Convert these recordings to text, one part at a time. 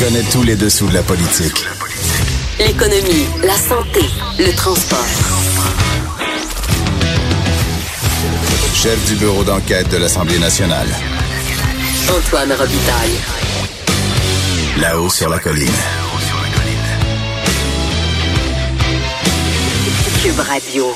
connaît tous les dessous de la politique. L'économie, la santé, le transport. Chef du bureau d'enquête de l'Assemblée nationale. Antoine Robitaille. Là-haut sur la colline. Cube Radio.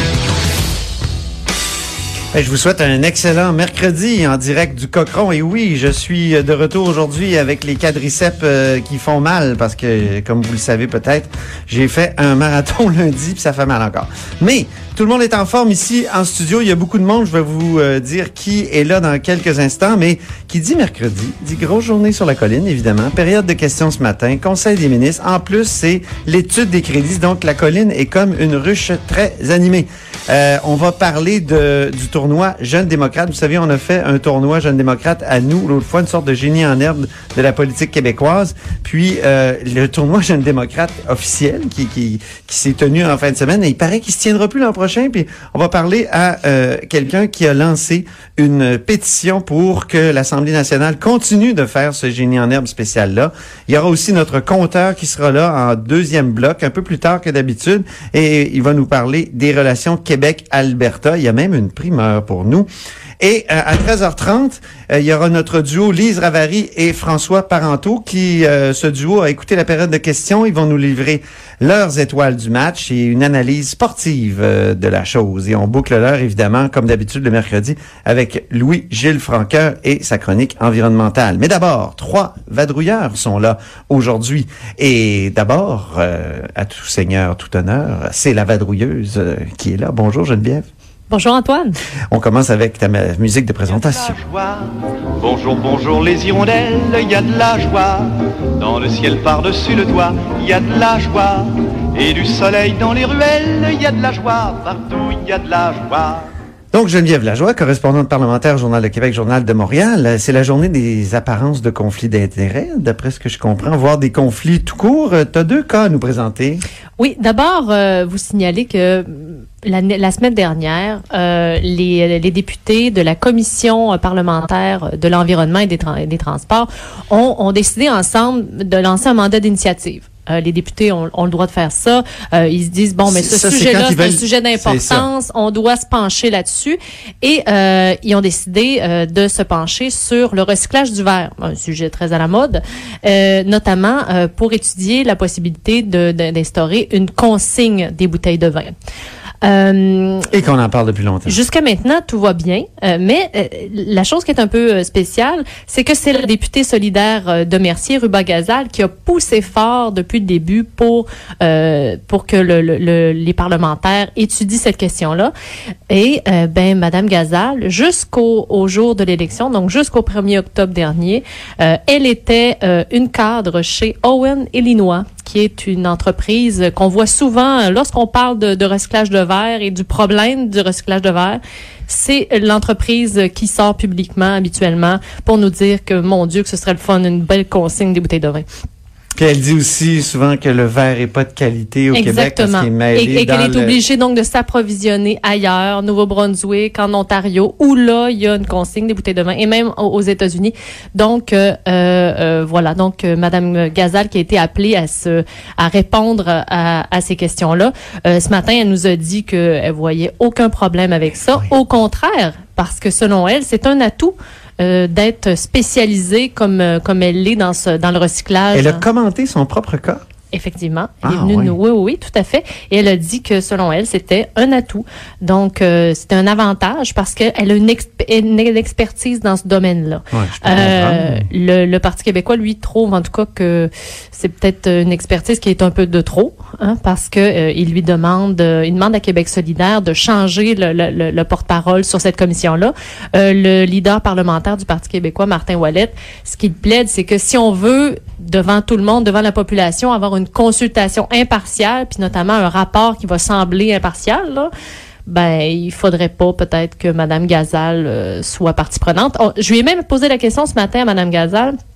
Je vous souhaite un excellent mercredi en direct du Cochon. Et oui, je suis de retour aujourd'hui avec les quadriceps qui font mal parce que, comme vous le savez peut-être, j'ai fait un marathon lundi puis ça fait mal encore. Mais tout le monde est en forme ici en studio. Il y a beaucoup de monde. Je vais vous dire qui est là dans quelques instants. Mais qui dit mercredi, dit grosse journée sur la colline, évidemment. Période de questions ce matin. Conseil des ministres. En plus, c'est l'étude des crédits. Donc, la colline est comme une ruche très animée. On va parler du tournoi Jeunes démocrates. Vous savez, on a fait un tournoi Jeunes démocrates à nous, l'autre fois, une sorte de génie en herbe de la politique québécoise. Puis, le tournoi Jeunes démocrates officiel qui s'est tenu en fin de semaine, et il paraît qu'il se tiendra plus l'an prochain. Puis, on va parler à quelqu'un qui a lancé une pétition pour que l'Assemblée nationale continue de faire ce génie en herbe spécial-là. Il y aura aussi notre compteur qui sera là en deuxième bloc, un peu plus tard que d'habitude, et il va nous parler des relations Québec-Alberta. Il y a même une primeur pour nous. Et à 13h30, il y aura notre duo Lise Ravary et François Parenteau qui, ce duo, a écouté la période de questions. Ils vont nous livrer leurs étoiles du match et une analyse sportive de la chose. Et on boucle l'heure, évidemment, comme d'habitude le mercredi, avec Louis-Gilles Franqueur et sa chronique environnementale. Mais d'abord, 3 vadrouilleurs sont là aujourd'hui. Et d'abord, à tout seigneur, tout honneur, c'est la vadrouilleuse qui est là. Bonjour Geneviève. Bonjour Antoine. On commence avec ta musique de présentation. Bonjour, bonjour les hirondelles, il y a de la joie. Dans le ciel par-dessus le toit, il y a de la joie. Et du soleil dans les ruelles, il y a de la joie. Partout, il y a de la joie. Donc, Geneviève Lajoie, correspondante parlementaire, Journal de Québec, Journal de Montréal. C'est la journée des apparences de conflits d'intérêts, d'après ce que je comprends, voire des conflits tout court. Tu as 2 cas à nous présenter. Oui, d'abord, vous signalez que la semaine dernière, les députés de la commission parlementaire de l'environnement et des transports ont décidé ensemble de lancer un mandat d'initiative. Les députés ont le droit de faire ça. Ils se disent, bon, mais ce sujet-là, c'est un sujet d'importance. On doit se pencher là-dessus. Et ils ont décidé de se pencher sur le recyclage du verre, un sujet très à la mode, notamment pour étudier la possibilité d'instaurer une consigne des bouteilles de vin. Et qu'on en parle depuis longtemps. Jusqu'à maintenant, tout va bien, mais la chose qui est un peu spéciale, c'est que c'est la députée solidaire de Mercier, Ruba Gazal, qui a poussé fort depuis le début pour que les parlementaires étudient cette question-là. Et Madame Gazal, jusqu'au jour de l'élection, donc jusqu'au 1er octobre dernier, elle était une cadre chez Owen Illinois, qui est une entreprise qu'on voit souvent lorsqu'on parle de recyclage de verre et du problème du recyclage de verre. C'est l'entreprise qui sort publiquement habituellement pour nous dire que, mon Dieu, que ce serait le fun, une belle consigne des bouteilles de vin. Puis elle dit aussi souvent que le verre est pas de qualité au Québec parce qu'il est mêlé et qu'elle est obligée donc de s'approvisionner ailleurs, Nouveau-Brunswick, en Ontario, où là il y a une consigne des bouteilles de vin, et même aux États-Unis. Donc voilà, donc Madame Gazal qui a été appelée à répondre à ces questions-là. Ce matin, elle nous a dit qu'elle voyait aucun problème avec ça. Oui. Au contraire, parce que selon elle, c'est un atout d'être spécialisée comme elle l'est dans le recyclage. Elle a commenté son propre cas. Effectivement. Elle est venue oui, tout à fait. Et elle a dit que, selon elle, c'était un atout. Donc, c'était un avantage parce qu'elle a une expertise dans ce domaine-là. Ouais, je peux comprendre. Le Parti québécois, lui, trouve, en tout cas, que c'est peut-être une expertise qui est un peu de trop, parce que il demande à Québec solidaire de changer le porte-parole sur cette commission-là. Le leader parlementaire du Parti québécois, Martin Ouellette, ce qu'il plaide, c'est que si on veut, devant tout le monde, devant la population, avoir une consultation impartiale, puis notamment un rapport qui va sembler impartial, là, il faudrait pas peut-être que Mme Gazal soit partie prenante. Je lui ai même posé la question ce matin à Mme Gazal.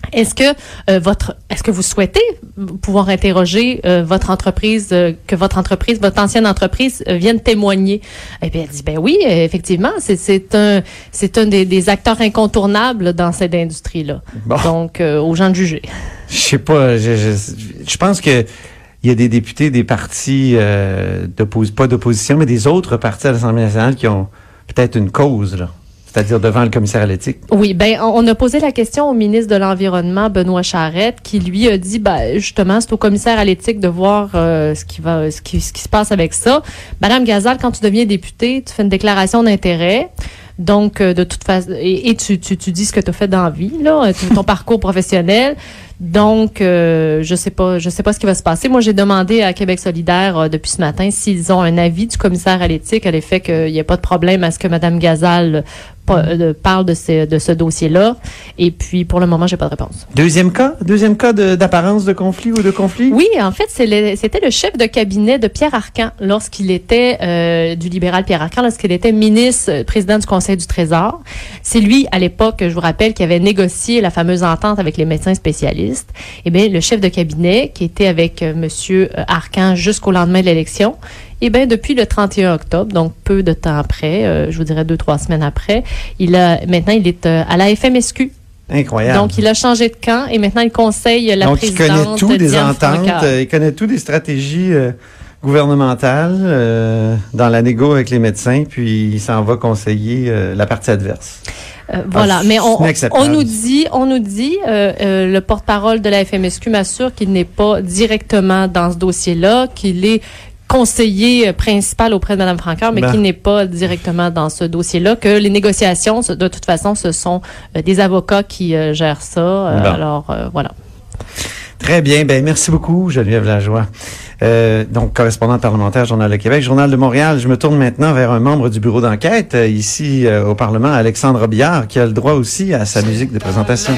Est-ce que vous souhaitez pouvoir interroger votre entreprise, que votre ancienne entreprise vienne témoigner? Eh bien, elle dit, ben oui, effectivement, c'est un des acteurs incontournables dans cette industrie-là. Bon. Donc, aux gens de juger. Je sais pas, je pense que il y a des députés des partis pas d'opposition, mais des autres partis à l'Assemblée nationale qui ont peut-être une cause, là. C'est-à-dire devant le commissaire à l'éthique. Oui, ben on a posé la question au ministre de l'Environnement, Benoît Charette, qui lui a dit, justement, c'est au commissaire à l'éthique de voir ce qui se passe avec ça. Madame Gazal, quand tu deviens députée, tu fais une déclaration d'intérêt. Donc, de toute façon, et tu dis ce que tu as fait dans la vie, là, ton parcours professionnel. Donc, je sais pas ce qui va se passer. Moi, j'ai demandé à Québec solidaire depuis ce matin s'ils ont un avis du commissaire à l'éthique à l'effet qu'il n'y a pas de problème à ce que Mme Gazal parle de ce dossier-là. Et puis, pour le moment, j'ai pas de réponse. Deuxième cas d'apparence de conflit ou de conflit? Oui, en fait, c'était le chef de cabinet de Pierre Arcan lorsqu'il était du libéral Pierre Arcan, lorsqu'il était ministre, président du Conseil du Trésor. C'est lui, à l'époque, je vous rappelle, qui avait négocié la fameuse entente avec les médecins spécialistes. Eh bien, le chef de cabinet, qui était avec Monsieur Arcan jusqu'au lendemain de l'élection, eh bien, depuis le 31 octobre, donc peu de temps après, je vous dirais 2-3 semaines après, maintenant, il est à la FMSQ. Incroyable. Donc, il a changé de camp et maintenant, il conseille la présidente. Donc, il connaît tout des ententes, il connaît tout des stratégies gouvernementales dans la négo avec les médecins, puis il s'en va conseiller la partie adverse. Voilà, mais on nous dit, le porte-parole de la FMSQ m'assure qu'il n'est pas directement dans ce dossier-là, qu'il est conseiller principal auprès de Mme Francoeur, mais qui n'est pas directement dans ce dossier-là, que les négociations, de toute façon, ce sont des avocats qui gèrent ça. Alors, voilà. Très bien. Ben, merci beaucoup, Geneviève Lajoie. Donc, correspondante parlementaire, Journal de Québec, Journal de Montréal. Je me tourne maintenant vers un membre du bureau d'enquête, ici au Parlement, Alexandre Robillard, qui a le droit aussi à sa musique de présentation.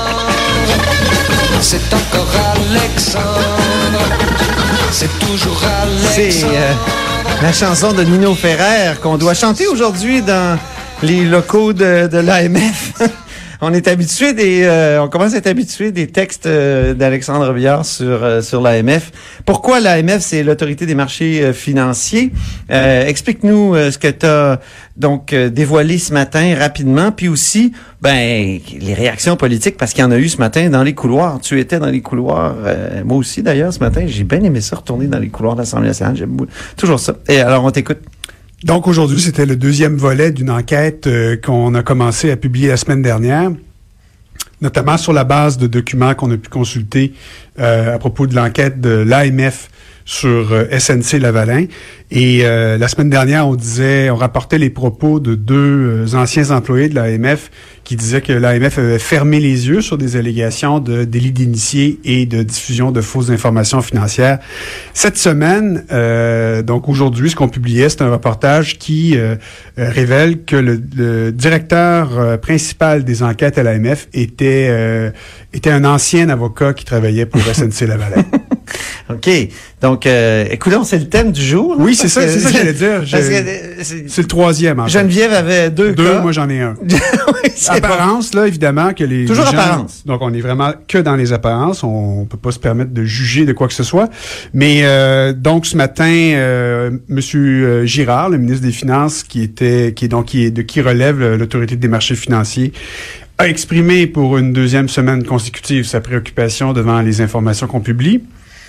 C'est encore Alexandre. C'est toujours Alexandre. C'est la chanson de Nino Ferrer qu'on doit chanter aujourd'hui dans les locaux de l'AMF. On est habitué on commence à être habitué des textes d'Alexandre Robillard sur l'AMF. Pourquoi l'AMF, c'est l'autorité des marchés financiers? Explique-nous ce que tu as donc dévoilé ce matin rapidement, puis aussi les réactions politiques, parce qu'il y en a eu ce matin dans les couloirs. Tu étais dans les couloirs, moi aussi d'ailleurs ce matin. J'ai bien aimé ça, retourner dans les couloirs de l'Assemblée nationale. J'aime toujours ça. Et alors, on t'écoute. Donc, aujourd'hui, c'était le deuxième volet d'une enquête qu'on a commencé à publier la semaine dernière, notamment sur la base de documents qu'on a pu consulter à propos de l'enquête de l'AMF sur SNC-Lavalin. Et la semaine dernière, on rapportait les propos de deux anciens employés de l'AMF qui disaient que l'AMF avait fermé les yeux sur des allégations de délit d'initié et de diffusion de fausses informations financières. Cette semaine, donc aujourd'hui, ce qu'on publiait, c'est un reportage qui révèle que le directeur principal des enquêtes à l'AMF était un ancien avocat qui travaillait pour SNC-Lavalin. OK. Donc, écoutons, c'est le thème du jour. Oui, c'est ça que j'allais dire. C'est le troisième, en fait. Geneviève avait deux cas. Moi, j'en ai un. Oui, apparence, là, évidemment, que les toujours gens, apparence. Donc, on est vraiment que dans les apparences. On peut pas se permettre de juger de quoi que ce soit. Mais, donc, ce matin, Monsieur Girard, le ministre des Finances, qui relève l'autorité des marchés financiers, a exprimé pour une deuxième semaine consécutive sa préoccupation devant les informations qu'on publie.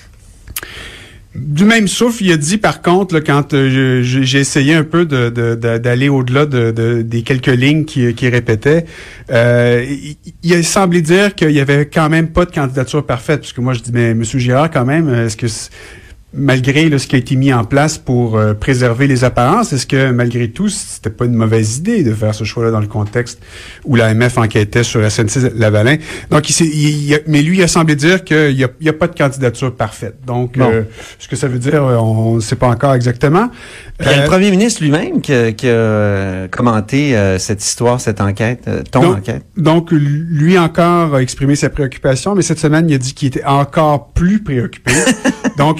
Du même souffle, il a dit par contre, là, quand j'ai essayé un peu d'aller au-delà des quelques lignes qu'il répétait, il a semblé dire qu'il y avait quand même pas de candidature parfaite, parce que moi je dis, mais Monsieur Girard, quand même, est-ce que malgré ce qui a été mis en place pour préserver les apparences, est-ce que malgré tout, c'était pas une mauvaise idée de faire ce choix-là dans le contexte où l'AMF enquêtait sur SNC-Lavalin? Donc, mais lui, il a semblé dire qu'il y a pas de candidature parfaite. Donc, ce que ça veut dire, on ne sait pas encore exactement. Il y a le premier ministre lui-même qui a commenté cette histoire, cette enquête, enquête. Donc, lui encore a exprimé sa préoccupation, mais cette semaine, il a dit qu'il était encore plus préoccupé. Donc,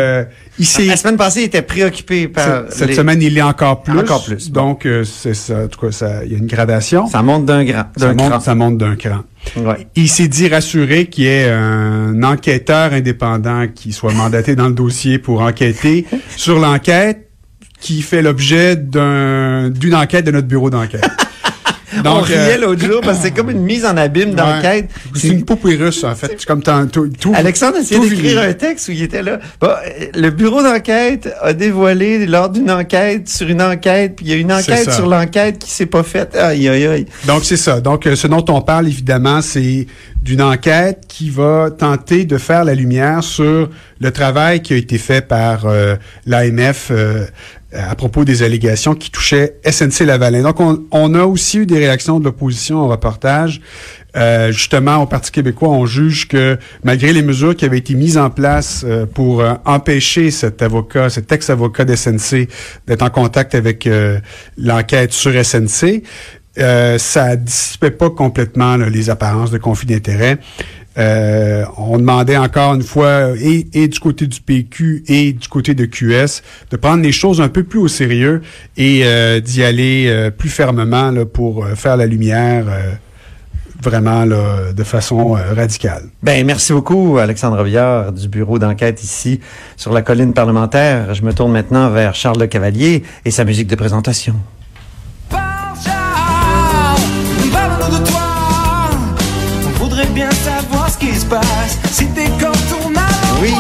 il s'est... La semaine passée, il était préoccupé par... Cette semaine, il l'est encore plus. Encore plus. Donc, c'est ça. En tout cas, il y a une gradation. Ça monte d'un cran. Ça monte d'un cran. Ouais. Il s'est dit rassuré qu'il y ait un enquêteur indépendant qui soit mandaté dans le dossier pour enquêter sur l'enquête qui fait l'objet d'une enquête de notre bureau d'enquête. Donc, on riait l'autre jour parce que c'est comme une mise en abîme d'enquête. C'est une poupée russe, en fait. C'est comme tout. Alexandre essayait d'écrire un texte où il était là. Bon, le bureau d'enquête a dévoilé lors d'une enquête sur une enquête, puis il y a une enquête sur l'enquête qui s'est pas faite. Aïe, aïe, aïe. Donc, c'est ça. Donc, ce dont on parle, évidemment, c'est d'une enquête qui va tenter de faire la lumière sur le travail qui a été fait par l'AMF à propos des allégations qui touchaient SNC-Lavalin. Donc, on a aussi eu des réactions de l'opposition au reportage. Justement, au Parti québécois, on juge que malgré les mesures qui avaient été mises en place pour empêcher cet ex-avocat de SNC d'être en contact avec l'enquête sur SNC, ça dissipait pas complètement les apparences de conflit d'intérêts. On demandait encore une fois, et du côté du PQ et du côté de QS, de prendre les choses un peu plus au sérieux et d'y aller plus fermement là, pour faire la lumière vraiment là, de façon radicale. Ben merci beaucoup, Alexandre Robillard, du bureau d'enquête ici sur la colline parlementaire. Je me tourne maintenant vers Charles Le Cavalier et sa musique de présentation. Oui.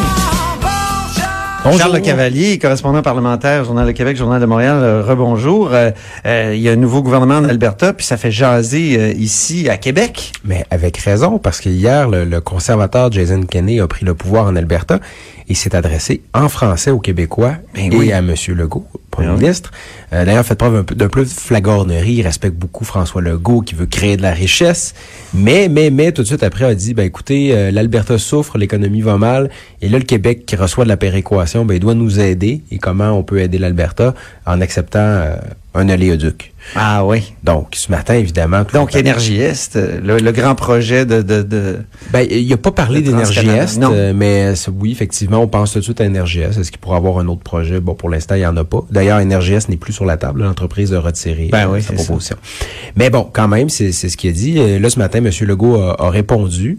Bonjour. Charles Le Cavalier, correspondant parlementaire, Journal de Québec, Journal de Montréal, rebonjour. Il y a un nouveau gouvernement en Alberta, puis ça fait jaser ici à Québec. Mais avec raison, parce que hier, le conservateur Jason Kenney a pris le pouvoir en Alberta et s'est adressé en français aux Québécois et à M. Legault, Premier ministre. D'ailleurs, fait preuve d'un peu de flagornerie. Il respecte beaucoup François Legault, qui veut créer de la richesse. Mais, tout de suite après, a dit, écoutez, l'Alberta souffre, l'économie va mal. Et là, le Québec, qui reçoit de la péréquation, il doit nous aider. Et comment on peut aider l'Alberta? En acceptant un oléoduc. Ah oui. Donc, ce matin, évidemment... Donc, Énergie Est, le grand projet de il a pas parlé d'Énergie Est, mais oui, effectivement, on pense tout de suite à Énergie Est. Est-ce qu'il pourrait avoir un autre projet? Bon, pour l'instant, il n'y en a pas. D'ailleurs, Énergie Est n'est plus sur la table. L'entreprise a retiré sa proposition. Mais bon, quand même, c'est ce qu'il a dit. Là, ce matin, M. Legault a répondu.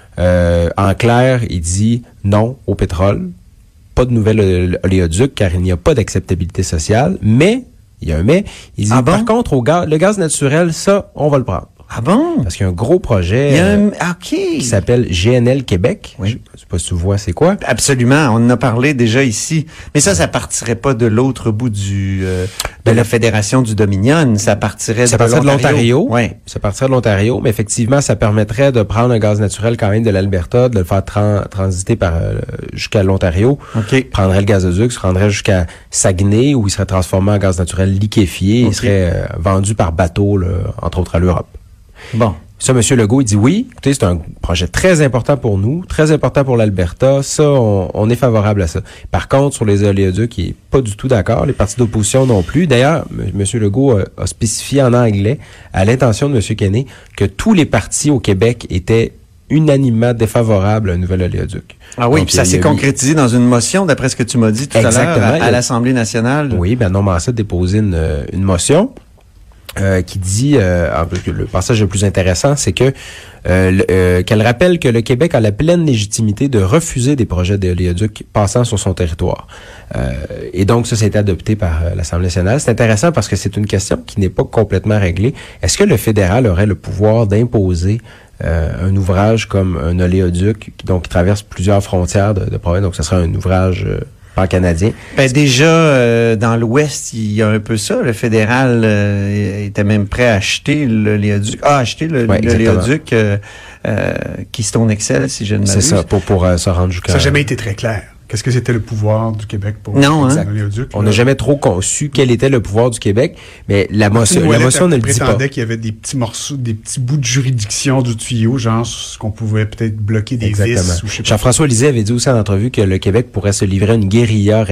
En clair, il dit non au pétrole. Pas de nouvel oléoduc, car il n'y a pas d'acceptabilité sociale. Mais... il y a un mais. Il dit, par contre, le gaz naturel, ça, on va le prendre. Ah bon? Parce qu'il y a un gros projet qui s'appelle GNL Québec. Oui. Je sais pas si tu vois c'est quoi. Absolument. On en a parlé déjà ici. Mais ça partirait pas de l'autre bout de la Fédération du Dominion. Ça partirait de l'Ontario. Oui. Ça partirait de l'Ontario. Mais effectivement, ça permettrait de prendre un gaz naturel quand même de l'Alberta, de le faire transiter jusqu'à l'Ontario. OK. Prendrait le gazoduc, se rendrait jusqu'à Saguenay, où il serait transformé en gaz naturel liquéfié. Okay. Il serait vendu par bateau, là, entre autres à l'Europe. Bon. Ça, M. Legault, il dit oui. Écoutez, c'est un projet très important pour nous, très important pour l'Alberta. Ça, on est favorable à ça. Par contre, sur les oléoducs, il est pas du tout d'accord. Les partis d'opposition non plus. D'ailleurs, M. Legault a spécifié en anglais, à l'intention de M. Kenney, que tous les partis au Québec étaient unanimement défavorables à un nouvel oléoduc. Ah oui, puis ça s'est concrétisé dans une motion, d'après ce que tu m'as dit tout à l'heure, à l'Assemblée nationale. Oui, Bernard Massat a déposé une motion qui dit, le passage le plus intéressant, c'est que qu'elle rappelle que le Québec a la pleine légitimité de refuser des projets d'éoléoduc passant sur son territoire. Et donc, ça a été adopté par l'Assemblée nationale. C'est intéressant parce que c'est une question qui n'est pas complètement réglée. Est-ce que le fédéral aurait le pouvoir d'imposer un ouvrage comme un oléoduc qui traverse plusieurs frontières de province? Donc, ce serait un ouvrage... pas canadien. Ben déjà, dans l'Ouest, il y a un peu ça. Le fédéral était même prêt à acheter l'oléoduc. L'oléoduc Keystone XL, si je ne m'abuse. C'est ça, pour se rendre jusqu'à... Ça n'a jamais été très clair. Qu'est-ce que c'était le pouvoir du Québec pour l'oléoduc? On n'a jamais trop su quel était le pouvoir du Québec, mais la motion ne le dit pas. Prétendait qu'il y avait des petits morceaux, des petits bouts de juridiction du tuyau, genre ce qu'on pouvait peut-être bloquer des vis. Jean-François Lisée avait dit aussi en entrevue que le Québec pourrait se livrer à une guérilla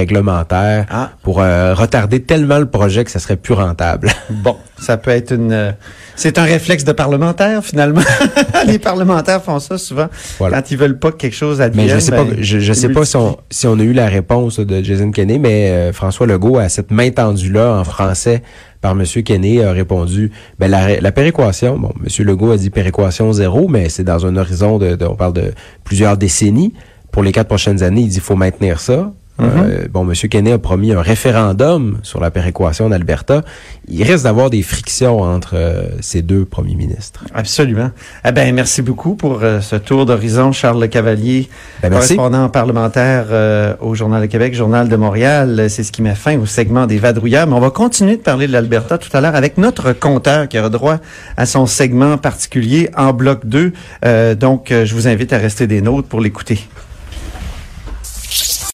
réglementaire pour retarder tellement le projet que ça serait plus rentable. Bon, ça peut être C'est un réflexe de parlementaire, finalement. Les parlementaires font ça souvent. Voilà. Quand ils veulent pas que quelque chose advienne. Mais je sais pas si on a eu la réponse de Jason Kenney, mais François Legault, à cette main tendue-là, en français, par M. Kenney, a répondu, la péréquation, bon, M. Legault a dit péréquation 0, mais c'est dans un horizon on parle de plusieurs décennies. Pour les 4 prochaines années, il dit, il faut maintenir ça. M. Kenney a promis un référendum sur la péréquation en Alberta. Il risque d'avoir des frictions entre ces deux premiers ministres. Absolument. Merci beaucoup pour ce tour d'horizon. Charles Le Cavalier, correspondant parlementaire au Journal de Québec, Journal de Montréal. C'est ce qui met fin au segment des vadrouilleurs. Mais on va continuer de parler de l'Alberta tout à l'heure avec notre compteur qui aura droit à son segment particulier en bloc 2. Donc, je vous invite à rester des nôtres pour l'écouter.